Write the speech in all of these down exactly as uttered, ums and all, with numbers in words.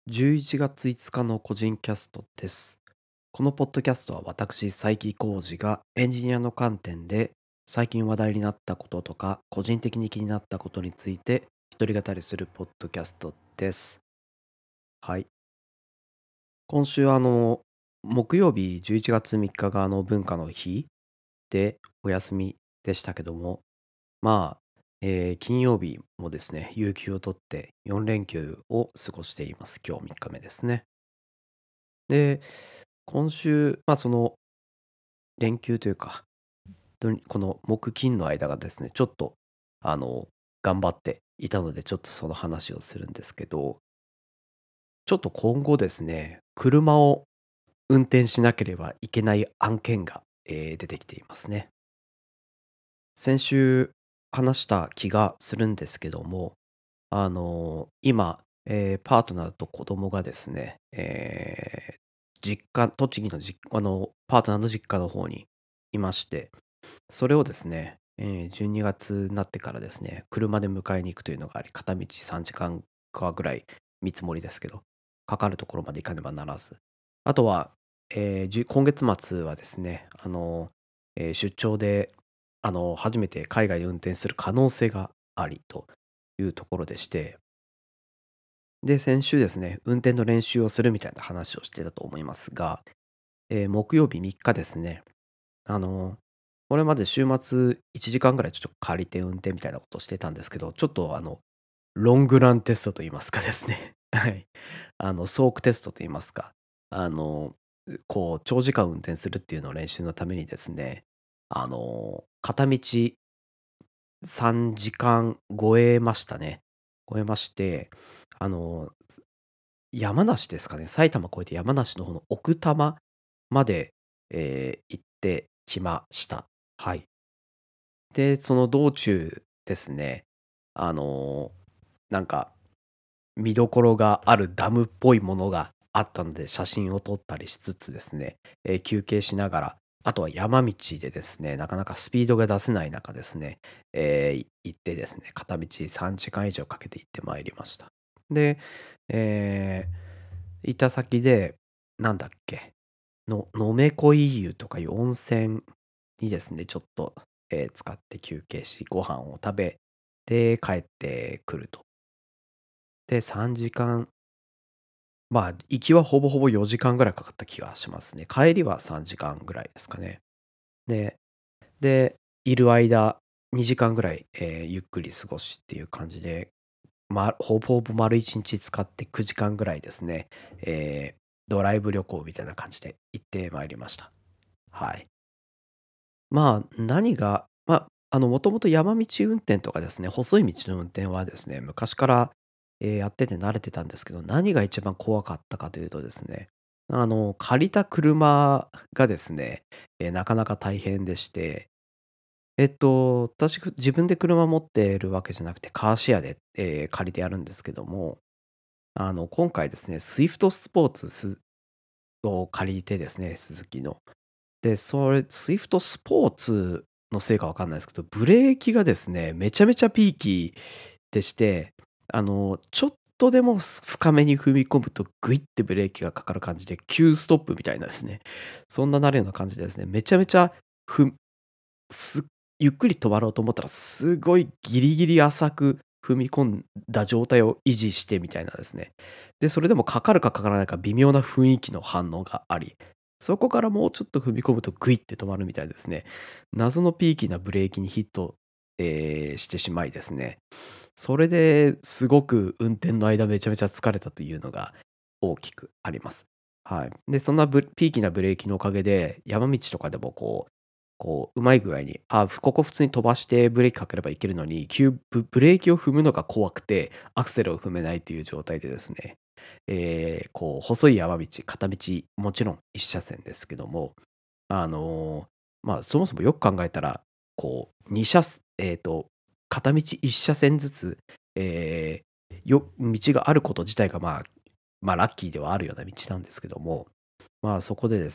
じゅういちがついつかの個人キャストです。このポッドキャストは私、佐伯浩二がエンジニアの観点で最近話題になったこととか個人的に気になったことについて一人語りするポッドキャストです。はい。今週あの、木曜日じゅういちがつみっかがあの文化の日でお休みでしたけども、まあ、えー金曜日もですね、有給を取ってよん連休を過ごしています。今日みっかめですね。で、今週、まあ、その連休というか、どにこの木金の間がですね、ちょっと、あの、頑張っていたので、ちょっとその話をするんですけど、ちょっと今後ですね、車を運転しなければいけない案件が、えー出てきていますね。先週話した気がするんですけども、あの、今、えーパートナーと子供がですね、えー実家栃木のじあの、パートナーの実家の方にいまして、それをですね、ええ、じゅうにがつになってからですね、車で迎えに行くというのがあり、片道さんじかんかぐらい見積もりですけど、かかるところまで行かねばならず。あとは、ええ、じゅ今月末はですね、あの、ええ、出張で、あの、初めて海外で運転する可能性がありというところでして、で、先週ですね、運転の練習をするみたいな話をしてたと思いますが、ええ、木曜日みっかですね、あの、これまで週末いちじかんぐらいちょっと借りて運転みたいなことをしてたんですけど、ちょっとあの、ロングランテストと言いますかですね。はい。あの、ソークテストと言いますか、あの、うこう長時間運転するっていうのを練習のためにですね、あの、片道さんじかん超えましたね。超えまして、あの、山梨ですかね、埼玉越えて山梨の方の奥多摩まで、えー行ってきました。はい。で、その道中ですね、あの、なんか見どころがあるダムっぽいものがあったので、写真を撮ったりしつつですね、え、休憩しながら、あとは山道でですね、なかなかスピードが出せない中ですね、ええ、行ってですね、片道さんじかん以上かけて行ってまいりました。で、ええ、行った先で、なんだっけ、の野目湖イーユとかいう温泉にですね、ちょっと、え、使って休憩し、ご飯を食べて帰ってくると。で、さんじかん、まあ、行きはほぼほぼよじかんぐらいかかった気がしますね。帰りはさんじかんぐらいですかね。でで、いる間、にじかんぐらい、ええ、ゆっくり過ごしっていう感じで、ま、ほぼほぼ丸いちにち使ってくじかんぐらいですね、ええ、ドライブ旅行みたいな感じで行ってまいりました。はい。まあ、何が、ま、あの、もともと山道運転とかですね、細い道の運転はですね、昔から、え、やってて慣れてたんですけど、何が一番怖かったかというとですね、あの、借りた車がですね、え、なかなか大変でして、えっと、私、ふ自分で車持ってるわけじゃなくて、カーシェアで、え、借りてやるんですけども、あの、今回ですね、スイフトスポーツすを借りてですね、スズキの。で、それ、スイフトスポーツのせいかわかんないですけど、ブレーキがですね、めちゃめちゃピーキーでして、あの、ちょっとでもす深めに踏み込むとグイってブレーキがかかる感じで、急ストップみたいなですね、そんななるような感じでですね、めちゃめちゃふすゆっくり止まろうと思ったら、すごいギリギリ浅く踏み込んだ状態を維持してみたいなですね。で、それでもかかるかかからないか微妙な雰囲気の反応があり、そこからもうちょっと踏み込むとグイって止まるみたいですね。謎のピーキーなブレーキにヒット、えーしてしまいですね。それですごく運転の間めちゃめちゃ疲れたというのが大きくあります。はい。で、そんなブピーキーなブレーキのおかげで、山道とかでもこうこう、うまい具合に、あ、ふここ普通に飛ばしてブレーキかければいけるのに、急ブブレーキを踏むのが怖くて、アクセルを踏めないという状態でですね、ええ、こう細い山道、片道、もちろんいっ車線ですけども、あの、まあ、そもそもよく考えたら、こうに車すえっと、片道いっ車線ずつ、ええ、よ道があること自体が、まあ、まあ、ラッキーではあるような道なんですけども、まあ、そこでですね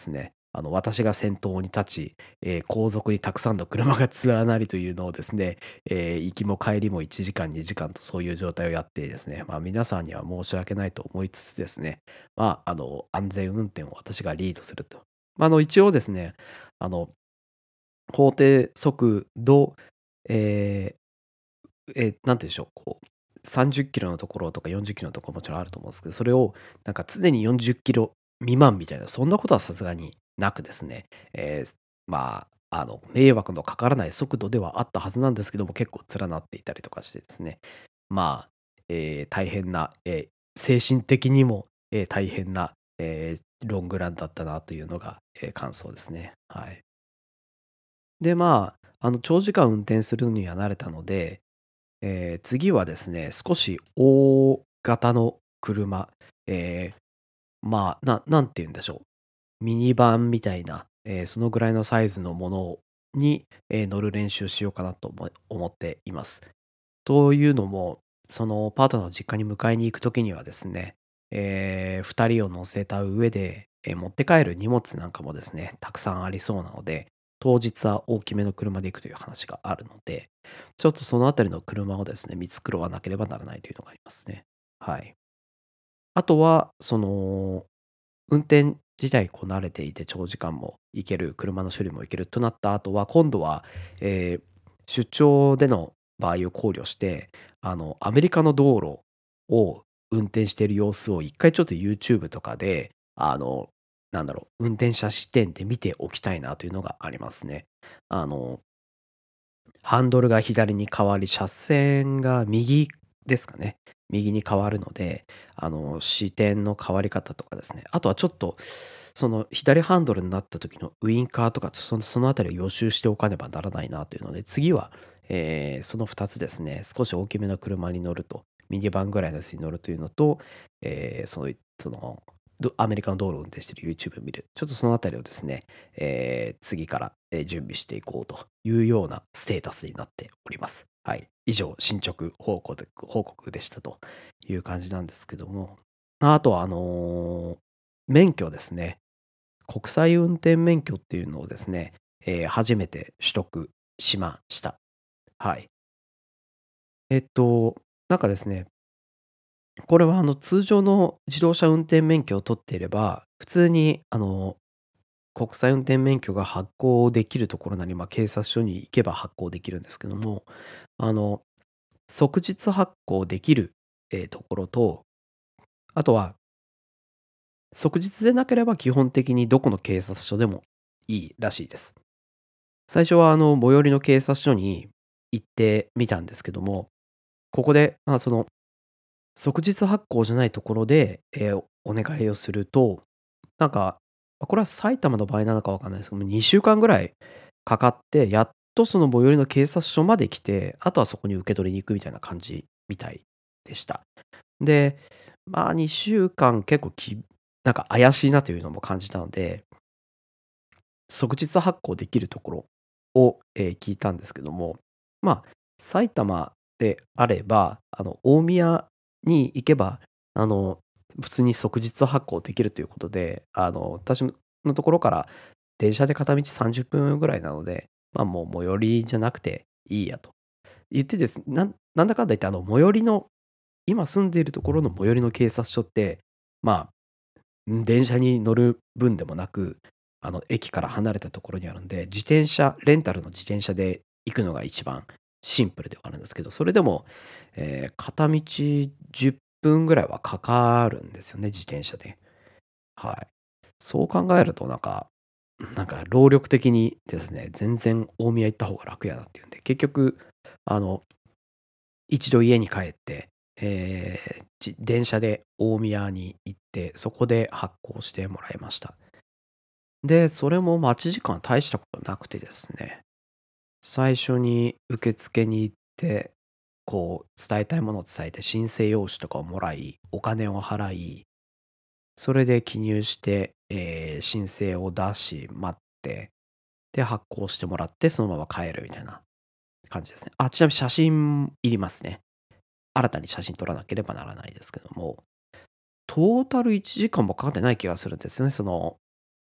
あの、私が先頭に立ち、えー後続にたくさんの車が連なりというのをですね、えー行きも帰りもいちじかん、にじかんとそういう状態をやってですね、まあ、皆さんには申し訳ないと思いつつですね、まあ、あの、安全運転を私がリードすると。まあ、あの、一応ですね、あの、法定速度、えーえー、なんて言うんでしょう、こう、さんじゅっキロのところとかよんじゅっキロのところもちろんあると思うんですけど、それをなんか常によんじゅっキロ未満みたいな、そんなことはさすがになくですね、えーまあ、あの、迷惑のかからない速度ではあったはずなんですけども、結構連なっていたりとかしてですね、まあ、えー大変な、えー精神的にも、えー大変な、えーロングランだったなというのが、えー感想ですね。はい。で、まあ、あの、長時間運転するのには慣れたので、えー次はですね、少し大型の車、えーまあ、ななんて言うんでしょう、ミニバンみたいな、えーそのぐらいのサイズのものに、えー乗る練習しようかなと思い思っています。というのも、そのパートナーの実家に迎えに行くときにはですね、えーふたりを乗せた上で、え、持って帰る荷物なんかもですね、たくさんありそうなので、当日は大きめの車で行くという話があるので、ちょっとそのあたりの車をですね、見繕わなければならないというのがありますね。はい。あとは、その、運転自体こう慣れていて長時間も行ける、車の種類も行けるとなった後は、今度は、えー出張での場合を考慮して、あの、アメリカの道路を運転している様子を一回ちょっと YouTube とかで、あの、なんだろう、運転者視点で見ておきたいなというのがありますね。あのハンドルが左に変わり、車線が右ですかね。右に変わるので、あの、視点の変わり方とかですね。あとはちょっと、その左ハンドルになった時のウインカーとか、そのそのあたりを予習しておかねばならないなというので、次は、えーそのふたつですね。少し大きめの車に乗ると、ミニバンぐらいのやつに乗るというのと、えーそういその、どアメリカの道路を運転している YouTube を見る。ちょっとそのあたりをですね、えー次から、え、準備していこうというようなステータスになっております。はい。以上、進捗報告で報告でしたという感じなんですけども。ああとは、あの、免許ですね。国際運転免許っていうのをですね、えー初めて取得しました。はい。えっと、なんかですね、これはあの通常の自動車運転免許を取っていれば、普通にあの国際運転免許が発行できるところなり、まあ、警察署に行けば発行できるんですけども、あの、即日発行できる、えーところと、あとは即日でなければ基本的にどこの警察署でもいいらしいです。最初はあの最寄りの警察署に行ってみたんですけども、ここで、まあ、その即日発行じゃないところで、えーお願いをすると、なんか、ま、これは埼玉の場合なのかわかんないですけども、にしゅうかんぐらいかかって、やっとその最寄りの警察署まで来て、あとはそこに受け取りに行くみたいな感じみたいでした。で、まあ、にしゅうかん結構きなんか怪しいなというのも感じたので、即日発行できるところを、え、聞いたんですけども、まあ、埼玉であれば、あの、大宮に行けば、あの、普通に即日発行できるということで、あの、私のところから電車で片道さんじゅっぷんぐらいなので、まあ、もう最寄りじゃなくていいやと言ってですなんなんだかんだ言って、あの、最寄りの今住んでいるところの最寄りの警察署って、まあ、ん、電車に乗る分でもなく、あの、駅から離れたところにあるんで、自転車レンタルの自転車で行くのが一番シンプルではあるんですけど、それでも、えー片道じゅっぷんぐらいはかかるんですよね、自転車で。はい。そう考えるとなんかなんか労力的にですね、全然大宮行った方が楽やなっていうんで、結局、あの一度家に帰って、えーじ電車で大宮に行って、そこで発行してもらいました。で、それも待ち時間大したことなくてですね、最初に受付に行って、こう伝えたいものを伝えて申請用紙とかをもらい、お金を払い、それで記入して、えー申請を出し、待って、で、発行してもらって、そのまま帰るみたいな感じですね。あ、ちなみに写真いりますね。新たに写真撮らなければならないですけども、トータルいちじかんもかかってない気がするんですよね。その、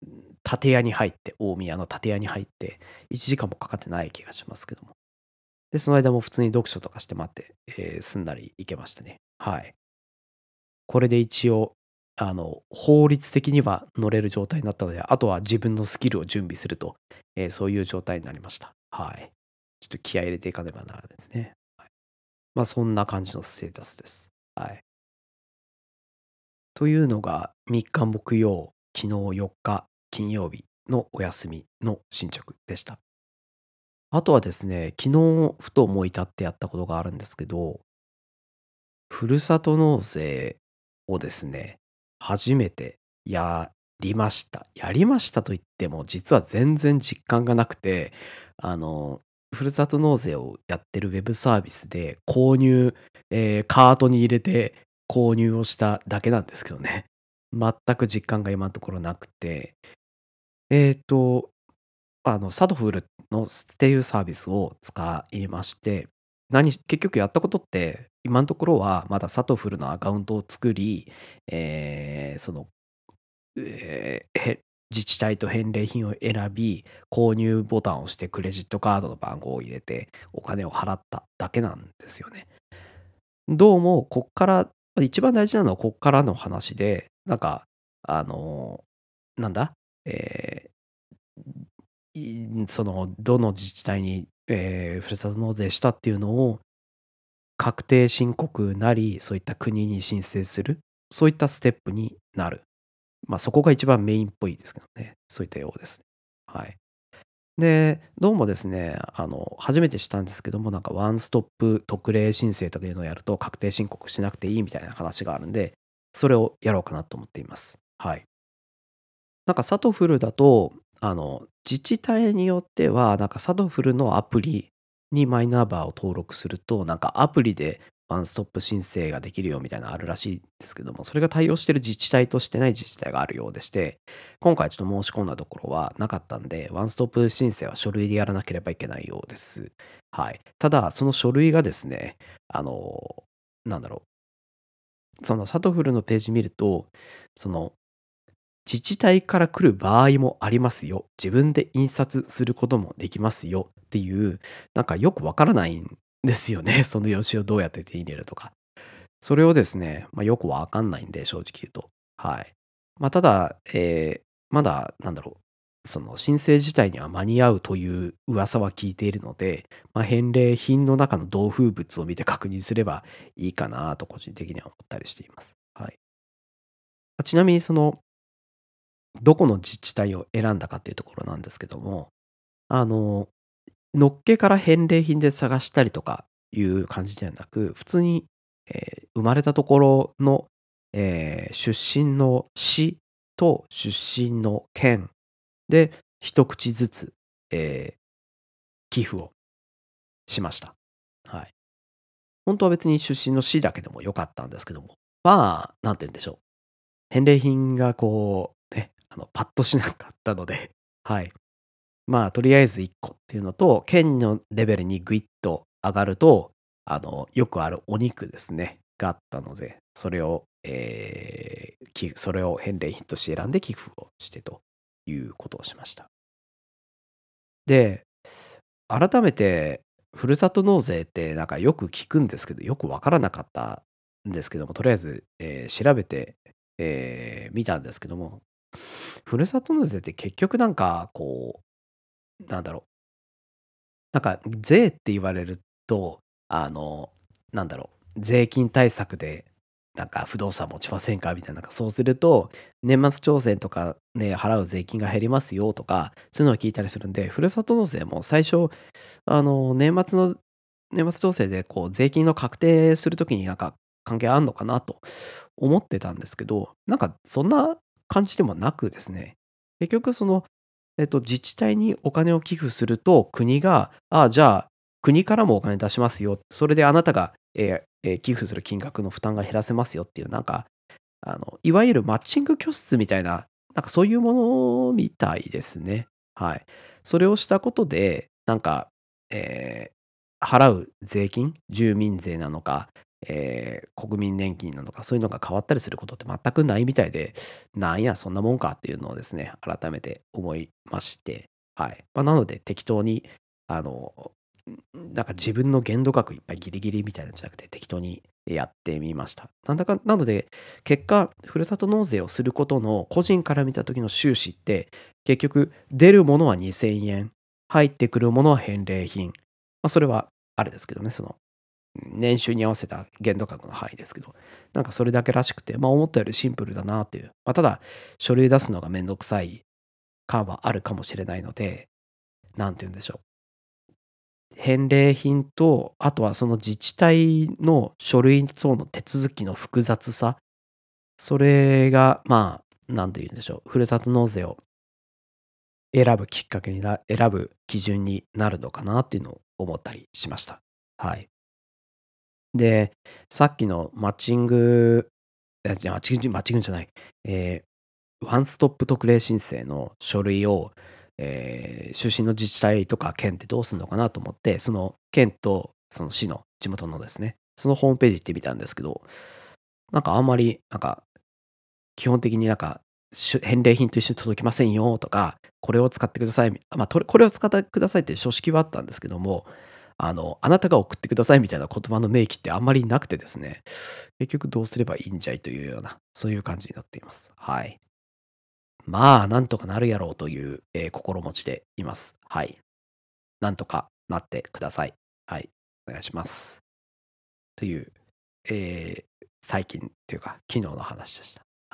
建屋に入って、大宮の建屋に入って、いちじかんもかかってない気がしますけども。で、その間も普通に読書とかして待って、えー、すんなり行けましたね。はい。これで一応、あの、法律的には乗れる状態になったので、あとは自分のスキルを準備すると、えーそういう状態になりました。はい。ちょっと気合い入れていかねばならないですね。はい。まあ、そんな感じのステータスです。はい。というのがみっか木曜、昨日よっか金曜日のお休みの進捗でした。あとはですね、昨日ふと思い立ってやったことがあるんですけど、ふるさと納税をですね、初めてやりました。やりましたと言っても、実は全然実感がなくて、あの、ふるさと納税をやってるウェブサービスで購入、えーカートに入れて購入をしただけなんですけどね。全く実感が今のところなくて、えっと、あの、サドフルのっていうサービスを使いまして、何結局やったことって、今のところはまだサトフルのアカウントを作り、えーその、えーへ自治体と返礼品を選び、購入ボタンを押してクレジットカードの番号を入れて、お金を払っただけなんですよね。どうも、こっから、一番大事なのはこっからの話で、なんか、あの、なんだ、えーいその、どの自治体に、えーふるさと納税したっていうのを確定申告なり、そういった国に申請する、そういったステップになる。ま、そこが一番メインっぽいですけどね。そういったようですね。はい。で、どうもですね、あの、初めて知ったんですけども、なんかワンストップ特例申請とかいうのをやると確定申告しなくていいみたいな話があるんで、それをやろうかなと思っています。はい。なんかサトフルだと、あの、自治体によっては、なんかサトフルのアプリにマイナンバーを登録すると、なんかアプリでワンストップ申請ができるよみたいなのあるらしいんですけども、それが対応してる自治体としてない自治体があるようでして、今回ちょっと申し込んだところはなかったんで、ワンストップ申請は書類でやらなければいけないようです。はい。ただ、その書類がですね、あの、なんだろう、そのサトフルのページ見ると、その自治体から来る場合もありますよ。自分で印刷することもできますよっていう、なんかよくわからないんですよね。その用紙をどうやって手に入れるとか。それをですね、まあ、よくわかんないんで、正直言うと。はい。まあ、ただ、えーまだ、なんだろう、その申請自体には間に合うという噂は聞いているので、まあ、返礼品の中の同封物を見て確認すればいいかなと個人的には思ったりしています。はい。まちなみにそのどこの自治体を選んだかっていうところなんですけども、あの、のっけから返礼品で探したりとかいう感じではなく、普通に、えー生まれたところの、えー出身の市と出身の県で一口ずつ、えー寄付をしました。はい。本当は別に出身の市だけでも良かったんですけども、まあ、なんて言うんでしょう。返礼品がこう、ね、あの、パッとしなかったので、はい。まあ、とりあえずいっこっていうのと、県のレベルにグイッと上がると、あの、よくあるお肉ですね、があったので、それを、えー寄付それを返礼品として選んで寄付をしてということをしました。で、改めてふるさと納税ってなんかよく聞くんですけど、よくわからなかったんですけども、とりあえず、えー調べて、えー見たんですけども、ふるさと納税って結局なんかこう、なんだろう、なんか、税って言われると、あの、なんだろう、税金対策で、なんか不動産持ちませんかみたいな、なんかそうすると、年末調整とかね、払う税金が減りますよとか、そういうのを聞いたりするんで、ふるさと納税も最初、あの、年末の年末調整でこう税金の確定するときになんか関係あんのかなと思ってたんですけど、なんかそんな感じでもなくですね、結局そのえっと、自治体にお金を寄付すると、国が、ああ、じゃあ、国からもお金出しますよ。それであなたが、えーえー寄付する金額の負担が減らせますよっていう、なんか、あの、いわゆるマッチング拠出みたいな、なんかそういうものみたいですね。はい。それをしたことで、なんか、えー払う税金、住民税なのか、 えー国民年金なのか、そういうのが変わったりすることって全くないみたいで、なんや、そんなもんかっていうのをですね、改めて思いまして、はい。まあ、なので適当に、あの、んなんか自分の限度額いっぱいギリギリみたいなんじゃなくて、適当にやってみました。なんだかなので、結果、ふるさと納税をすることの個人から見た時の収支って、結局出るものはにせんえん、入ってくるものは返礼品。まあ、それはあれですけどね、その年収に合わせた限度額の範囲ですけど、なんかそれだけらしくて、ま、思ったよりシンプルだなっていう。ま、ただ、書類出すのがめんどくさい感はあるかもしれないので、何て言うんでしょう、返礼品と、あとはその自治体の書類等の手続きの複雑さ、それが、まあ、なんて言うんでしょう、ふるさと納税を選ぶきっかけにな選ぶ基準になるのかなっていうのを思ったりしました。はい。で、さっきのマッチングえ、じゃあ、マッチングマッチングじゃない、えーワンストップ特例申請の書類を、えー出身の自治体とか県ってどうすんのかなと思って、その県とその市の地元のですね、そのホームページ行ってみたんですけど、なんかあんまり、なんか基本的になんか、しゅ返礼品と一緒に届きませんよとか、これを使ってくださいみまあ、とれこれを使ってくださいっていう書式はあったんですけども、あの、あなたが送ってくださいみたいな言葉の明記ってあんまりなくてですね、結局どうすればいいんじゃいというような、そういう感じになっています。はい。まあ、なんとかなるやろうという、えー心持ちでいます。はい。なんとかなってください。はい。お願いします。という、えー最近というか、昨日の話でした。はい。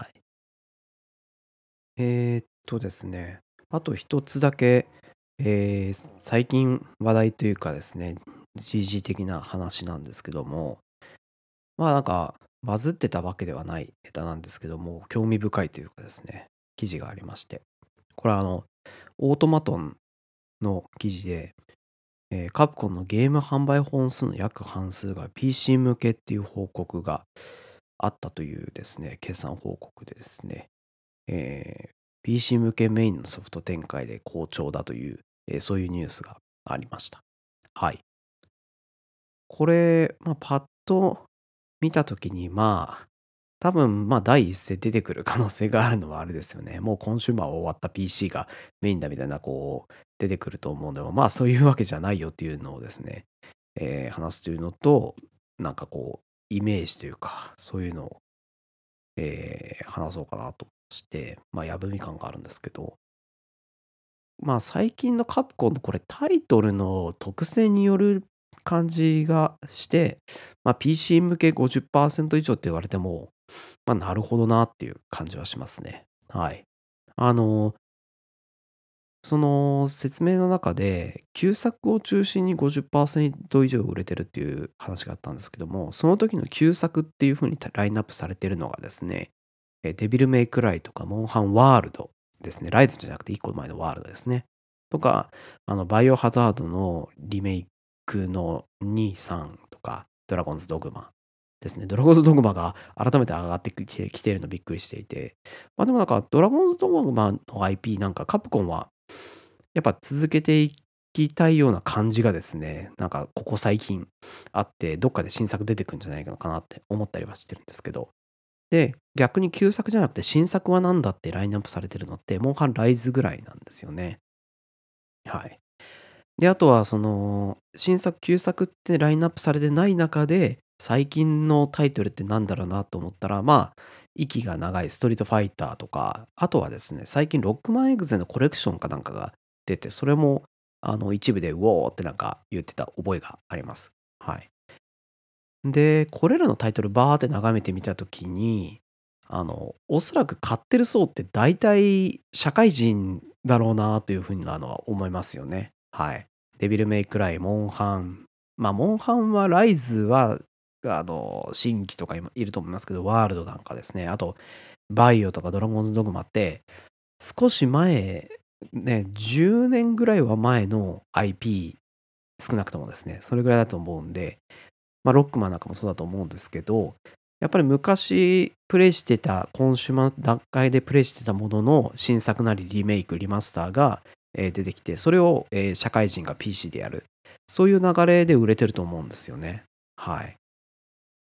えーっとですね、あと一つだけ、えー最近話題というかですね、時事的な話なんですけども、まあなんか、バズってたわけではないネタなんですけども、興味深いというかですね、記事がありまして、これはあの、オートマトンの記事で、えーカプコンのゲーム販売本数の約半数が ピーシー 向けっていう報告があったというですね、決算報告でですね、えー ピーシー 向けメインのソフト展開で好調だという、えーそういうニュースがありました。はい。これ、まあ、パッと見たときに、まあ、多分、まあ、第一声出てくる可能性があるのはあれですよね。もうコンシューマーは終わった ピーシー がメインだみたいな、こう、出てくると思うんで、まあ、そういうわけじゃないよっていうのをですね、えー話すというのと、なんかこう、イメージというか、そういうのを、えー話そうかなとして、まあ、やぶみ感があるんですけど、まあ、最近のカプコンのこれタイトルの特性による感じがして、まあ、ピーシー 向けごじゅっパーセント以上って言われても、まあ、なるほどなっていう感じはしますね。はい。あの、その説明の中で、旧作を中心にごじゅっパーセント以上売れてるっていう話があったんですけども、その時の旧作っていう風にラインナップされてるのがですね、え、デビルメイクライとかモンハンワールドですね。ライズじゃなくていっこまえのワールドですね。とか、あの、バイオハザードのリメイクのに、さんとか、ドラゴンズドグマですね。ドラゴンズドグマが改めて上がってきてきているのびっくりしていて。ま、でもなんかドラゴンズドグマの アイピー なんかカプコンはやっぱ続けていきたいような感じがですね、なんかここ最近あって、どっかで新作出てくんじゃないのかなって思ったりはしてるんですけど。で、逆に旧作じゃなくて新作は何だってラインナップされてるのって、モンハンライズぐらいなんですよね。はい。で、あとはその、新作、旧作ってラインナップされてない中で、最近のタイトルってなんだろうなと思ったら、まあ、息が長いストリートファイターとか、あとはですね、最近ロックマンエグゼのコレクションかなんかが出て、それもあの一部でウォーってなんか言ってた覚えがあります。はい。で、これらのタイトルバーって眺めてみたときに、あの、おそらく買ってる層って大体社会人だろうなというふうなのは思いますよね。はい。デビルメイクライ、モンハン。まあ、モンハンはライズは、あの、新規とか今いると思いますけど、ワールドなんかですね。あと、バイオとかドラゴンズドグマって、少し前、ね、じゅうねんぐらいは前の アイピー、少なくともですね、それぐらいだと思うんで、まあ、ロックマンなんかもそうだと思うんですけど、やっぱり昔プレイしてた、コンシューマー段階でプレイしてたものの新作なりリメイク、リマスターが、え、出てきて、それを、え、社会人が ピーシー でやる。そういう流れで売れてると思うんですよね。はい。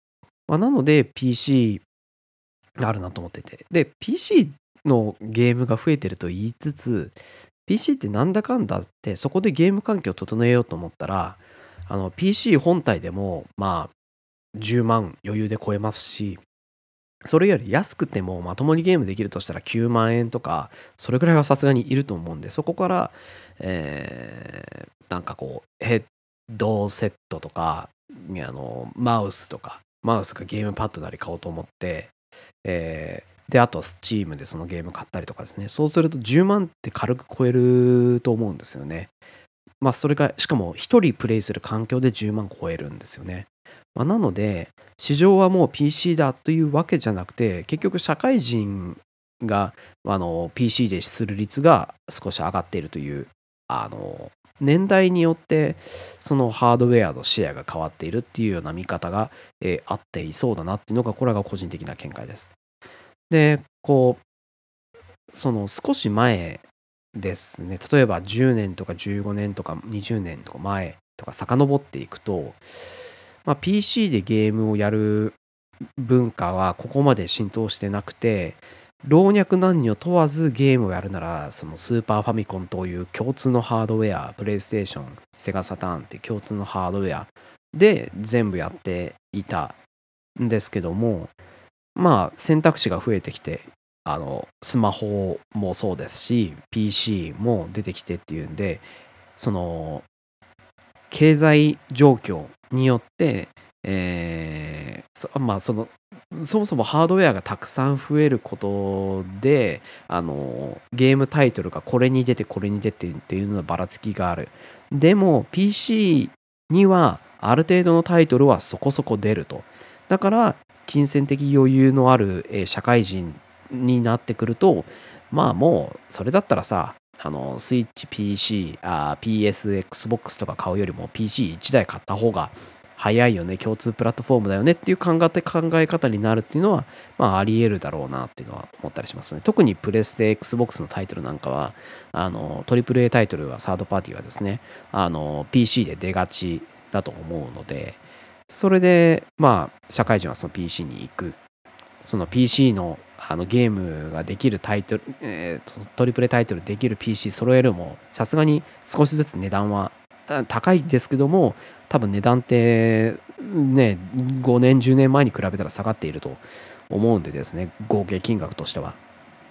まあ、なので ピーシーがあるなと思ってて。で、ピーシーのゲームが増えてると言いつつ、ピーシー ってなんだかんだって、そこでゲーム環境を整えようと思ったら、あの ピーシー 本体でも、まあ、じゅうまん余裕で超えますし、それより安くてもまともにゲームできるとしたらきゅうまん円とか、それぐらいはさすがにいると思うんで、そこから、えーなんかこう、ヘッドセットとか、ねあの、マウスとか、マウスかゲームパッドなり買おうと思って、えーで、あと Steam でそのゲーム買ったりとかですね。そうするとじゅうまんって軽く超えると思うんですよね。まあ、それが、しかもひとりプレイする環境でじゅうまん超えるんですよね。まあ、なので、市場はもう ピーシー だというわけじゃなくて、結局社会人が、あの、ピーシー でする率が少し上がっているという、あの、年代によって、そのハードウェアのシェアが変わっているっていうような見方が、えーあっていそうだなっていうのが、これが個人的な見解です。で、こう、その少し前ですね、例えばじゅうねんとかじゅうごねんとかにじゅうねんとか前とか遡っていくと、まあ、ピーシー でゲームをやる文化はここまで浸透してなくて、老若男女問わずゲームをやるなら、そのスーパーファミコンという共通のハードウェア、プレイステーション、セガサターンっていう共通のハードウェアで全部やっていたんですけども、まあ、選択肢が増えてきて、あの、スマホもそうですし、ピーシー も出てきてっていうんで、その、経済状況によって、えーそまあ、その、そもそもハードウェアがたくさん増えることで、あの、ゲームタイトルがこれに出てこれに出てっていうのはばらつきがある。でも ピーシー にはある程度のタイトルはそこそこ出ると。だから、金銭的余裕のある、えー社会人になってくると、まあもう、それだったらさ、あの、スイッチ、ピーシー、あー ピーエス、Xbox とか買うよりも ピーシーいち 台買った方が早いよね、共通プラットフォームだよねっていう考え考え方になるっていうのは、まああり得るだろうなっていうのは思ったりしますね。特にプレステ、Xbox のタイトルなんかは、あの、トリプル A タイトルはサードパーティーはですね、あの、ピーシー で出がちだと思うので、それで、まあ、社会人はその ピーシー に行く。その ピーシー のあのゲームができるタイトル、えーとトリプルタイトルできる ピーシー 揃えるも、さすがに少しずつ値段はあ高いですけども、多分値段ってね、ごねん、じゅうねんまえに比べたら下がっていると思うんでですね、合計金額としては。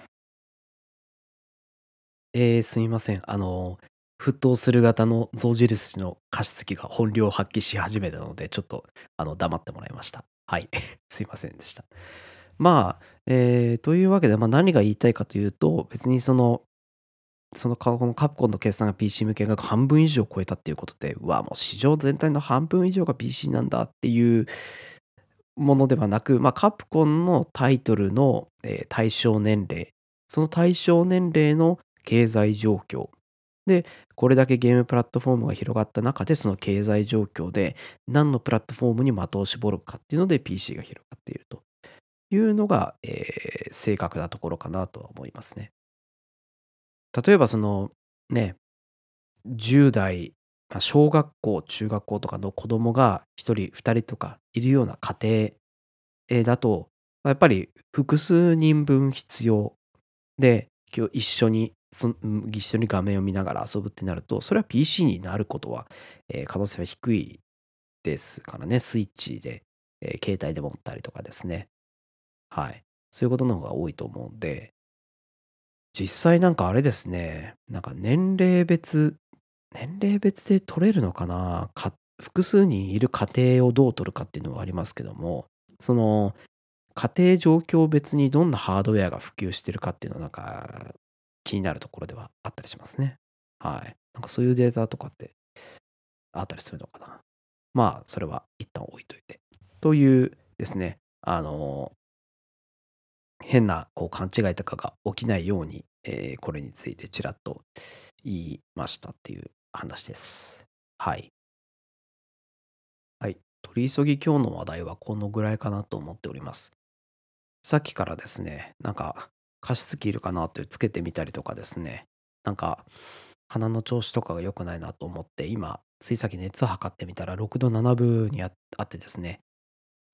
えー、すみません。あの、沸騰する型の象印の加湿器が本領を発揮し始めたので、ちょっとあの黙ってもらいました。はい。すいませんでした。まあ、えーというわけで、まあ、何が言いたいかというと、別にその、そのかこのカプコンの決算が ピーシー 向けが半分以上超えたっていうことで、うわ、もう市場全体の半分以上が ピーシー なんだっていうものではなく、まあ、カプコンのタイトルの、えー対象年齢、その対象年齢の経済状況で、これだけゲームプラットフォームが広がった中で、その経済状況で何のプラットフォームに的を絞るかっていうので ピーシー が広がっていると。いうのが、えー正確なところかなとは思いますね。例えばその、ね、じゅう代、まあ、小学校、中学校とかの子供がひとり、ふたりとかいるような家庭、え、だと、ま、やっぱり複数人分必要で、きょ一緒に、そんん、一緒に画面を見ながら遊ぶってなると、それは ピーシー になることは、え、可能性は低いですからね。スイッチで、え、携帯で持ったりとかですね。はい。そういうことの方が多いと思うんで、実際なんかあれですね、なんか年齢別年齢別で取れるのかな、か複数人いる家庭をどう取るかっていうのはありますけども、その、家庭状況別にどんなハードウェアが普及してるかっていうのはなんか、気になるところではあったりしますね。はい。なんかそういうデータとかってあったりするのかな。まあ、それは一旦置いといて。というですね、あの変なこう勘違いとかが起きないように、えーこれについてちらっと言いましたっていう話です。はい。はい。取り急ぎ今日の話題はこのぐらいかなと思っております。さっきからですね、なんか加湿器いるかなってつけてみたりとかですね、なんか鼻の調子とかが良くないなと思って、今、ついさっき熱測ってみたらろくどななぶにああってですね、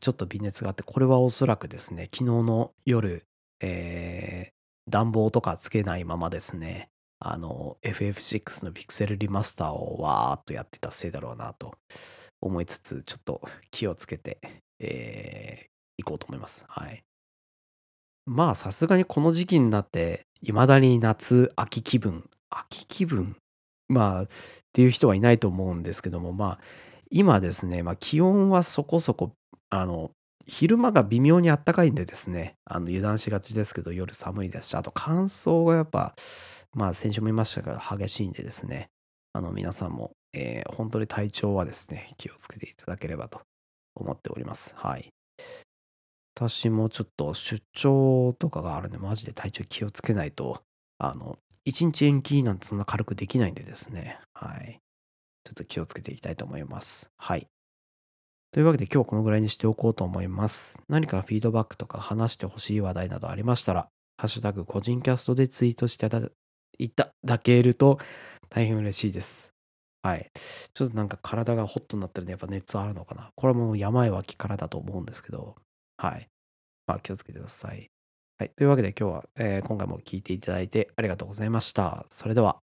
ちょっと微熱があって、これはおそらくですね、昨日の夜、えー暖房とかつけないままですね、あの、エフエフシックス のピクセルリマスターをわーっとやってたせいだろうなと思いつつ、ちょっと気をつけて、えー、いこうと思います。はい。まあ、さすがにこの時期になって、未だに夏、秋気分秋気分、まあ、っていう人はいないと思うんですけども、まあ、今ですね、ま、気温はそこそこ、あの、昼間が微妙にあったかいんでですね、あの、油断しがちですけど、夜寒いですし、あと乾燥がやっぱ、まあ、先週も言いましたが、激しいんでですね、あの、皆さんも、えーほんとに体調はですね、気をつけていただければと思っております。はい。私もちょっと出張とかがあるんで、マジで体調気をつけないと、あの、いちにち延期なんてそんな軽くできないんでですね。はい。ちょっと気をつけていきたいと思います。はい。というわけで今日はこのぐらいにしておこうと思います。何かフィードバックとか話してほしい話題などありましたら、ハッシュタグ個人キャストでツイートしていただいただけると大変嬉しいです。はい。ちょっとなんか体がホットになってるんで、やっぱ熱あるのかな。これはもう病は気からだと思うんですけど、はい。まあ、気をつけてください。はい。というわけで今日は、えー今回も聞いていただいてありがとうございました。それでは。